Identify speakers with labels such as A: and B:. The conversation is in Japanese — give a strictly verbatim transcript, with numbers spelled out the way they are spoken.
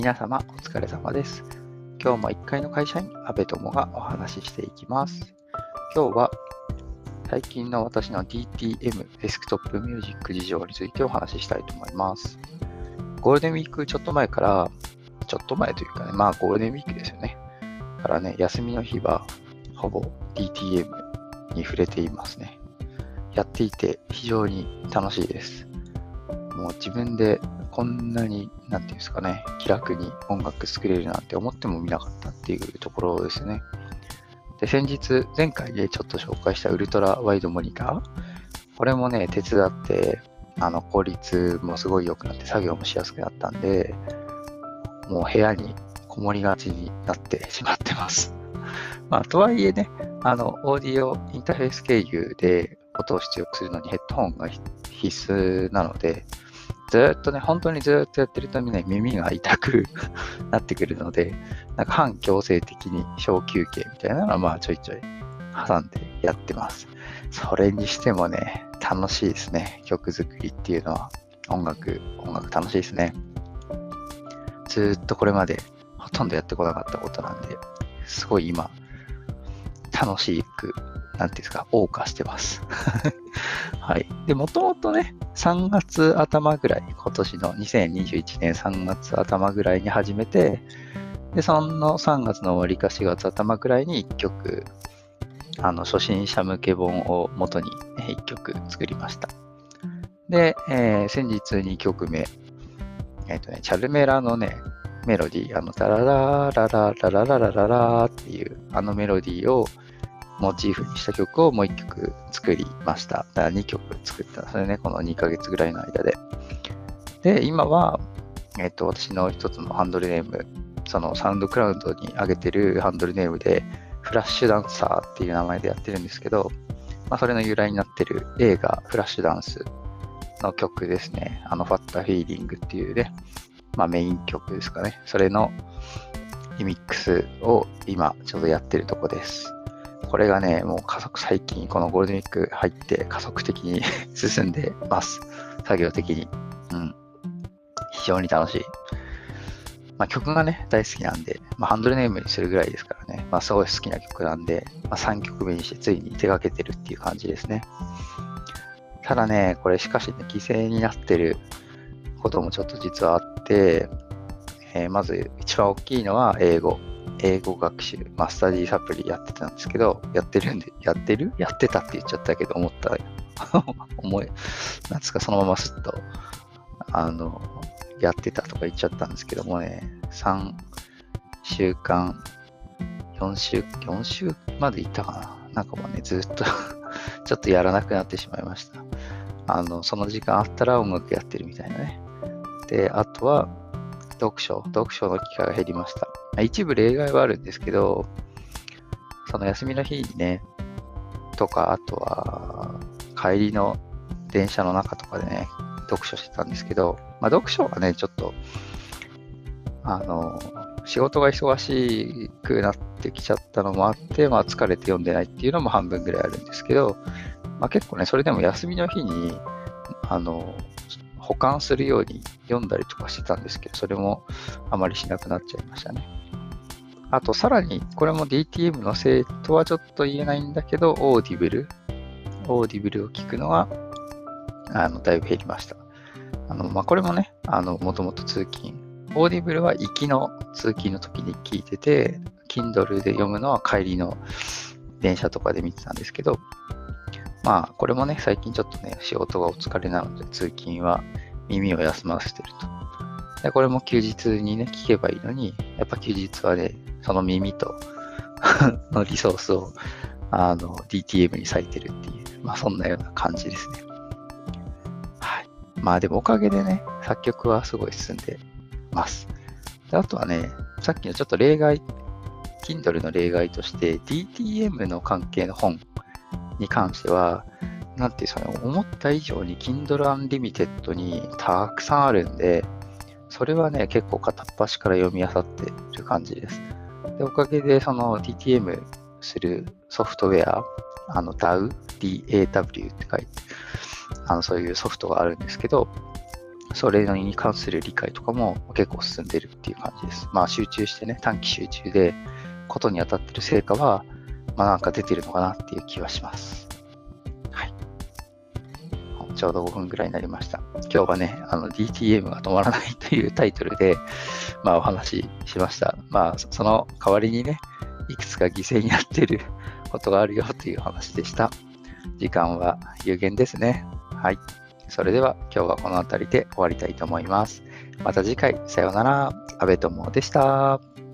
A: 皆様お疲れ様です。今日もいっかいの会社員、阿部友がお話ししていきます。今日は最近の私の ディーティーエム デスクトップミュージック事情についてお話ししたいと思います。ゴールデンウィークちょっと前から、ちょっと前というかね、まあゴールデンウィークですよね。からね、休みの日はほぼ ディーティーエム に触れていますね。やっていて非常に楽しいです。もう自分でこんなに、なんていうんですかね、気楽に音楽作れるなんて思ってもみなかったっていうところですね。で、先日、前回でちょっと紹介したウルトラワイドモニター、これもね、手伝って、あの、効率もすごい良くなって作業もしやすくなったんで、もう部屋にこもりがちになってしまってます。まあ、とはいえね、あの、オーディオインターフェース経由で音を出力するのにヘッドホンが必須なので、ずっとね、本当にずっとやってるとね、耳が痛くなってくるので、なんか半強制的に小休憩みたいなのはまあちょいちょい挟んでやってます。それにしてもね、楽しいですね。曲作りっていうのは、音楽、音楽楽しいですね。ずっとこれまでほとんどやってこなかったことなんで、すごい今、楽しく、なんていうんですか、謳歌してます。はい。で、もともとね、さんがつ頭ぐらい、今年のにせんにじゅういちねんさんがつ頭ぐらいに始めて、で、そのさんがつの終わりかしがつ頭ぐらいにいっきょく、あの、初心者向け本を元にいっきょく作りました。で、えー、先日にきょくめ、えっとね、チャルメラのね、メロディー、あの、タララララララララララっていう、あのメロディーをモチーフにした曲をもういっきょく作りました。だからにきょく作った。それね、このにかげつぐらいの間で。で、今は、えっと、私の一つのハンドルネーム、そのサウンドクラウドに上げてるハンドルネームで、フラッシュダンサーっていう名前でやってるんですけど、まあ、それの由来になってる映画、フラッシュダンスの曲ですね。あの、ファッターフィーリングっていうね、まあ、メイン曲ですかね。それのリミックスを今ちょうどやってるとこです。これがね、もう加速最近、このゴールデンウィーク入って加速的に進んでます。作業的に。うん。非常に楽しい。まあ、曲がね、大好きなんで、まあ、ハンドルネームにするぐらいですからね、まあ、すごい好きな曲なんで、まあ、さんきょくめにしてついに手掛けてるっていう感じですね。ただね、これしかしね、犠牲になってることもちょっと実はあって、えー、まず一番大きいのは英語。英語学習、マスタディサプリやってたんですけど、やってるんで、やってるやってたって言っちゃったけど、思った、思い、なんですか、そのまますっと、あの、やってたとか言っちゃったんですけどもね、さんしゅうかん、よんしゅう、よんしゅうまでいったかな。なんかもうね、ずっとちょっとやらなくなってしまいました。あの、その時間あったら音楽やってるみたいなね。で、あとは、読書、読書の機会が減りました。一部例外はあるんですけど、その休みの日にね、とか、あとは、帰りの電車の中とかでね、読書してたんですけど、まあ、読書はね、ちょっと、あの、仕事が忙しくなってきちゃったのもあって、まあ、疲れて読んでないっていうのも半分ぐらいあるんですけど、まあ、結構ね、それでも休みの日に、あの、保管するように読んだりとかしてたんですけど、それもあまりしなくなっちゃいましたね。あと、さらに、これも ディーティーエム のせいとはちょっと言えないんだけど、オーディブル、オーディブルを聞くのは、あの、だいぶ減りました。あの、まあ、これもね、あの、もともと通勤。オーディブルは行きの通勤の時に聞いてて、Kindle で読むのは帰りの電車とかで見てたんですけど、まあ、これもね、最近ちょっとね、仕事がお疲れなので、通勤は耳を休ませてると。で、これも休日にね、聞けばいいのに、やっぱ休日はね、その耳とのリソースを、あの、ディーティーエム に割いてるっていう、まあ、そんなような感じですね。はい。まあ、でもおかげでね、作曲はすごい進んでます。で、あとはね、さっきのちょっと例外、Kindle の例外として、ディーティーエム の関係の本に関しては、なんていうその思った以上に Kindle Unlimited にたくさんあるんで、それはね、結構片っ端から読み漁ってる感じです。で、おかげでその ディーティーエム するソフトウェア、あの ダウ、ディーエーダブリュー って書いて、あのそういうソフトがあるんですけど、 それに関する理解とかも結構進んでるっていう感じです。まあ集中してね、短期集中でことに当たってる成果は、まあなんか出てるのかなっていう気はします。はい。ちょうどごふんぐらいになりました。今日はね、あの ディーティーエム が止まらないというタイトルで、まあお話ししました。まあその代わりにね、いくつか犠牲になっていることがあるよという話でした。時間は有限ですね。はい。それでは今日はこの辺りで終わりたいと思います。また次回、さようなら。阿部友でした。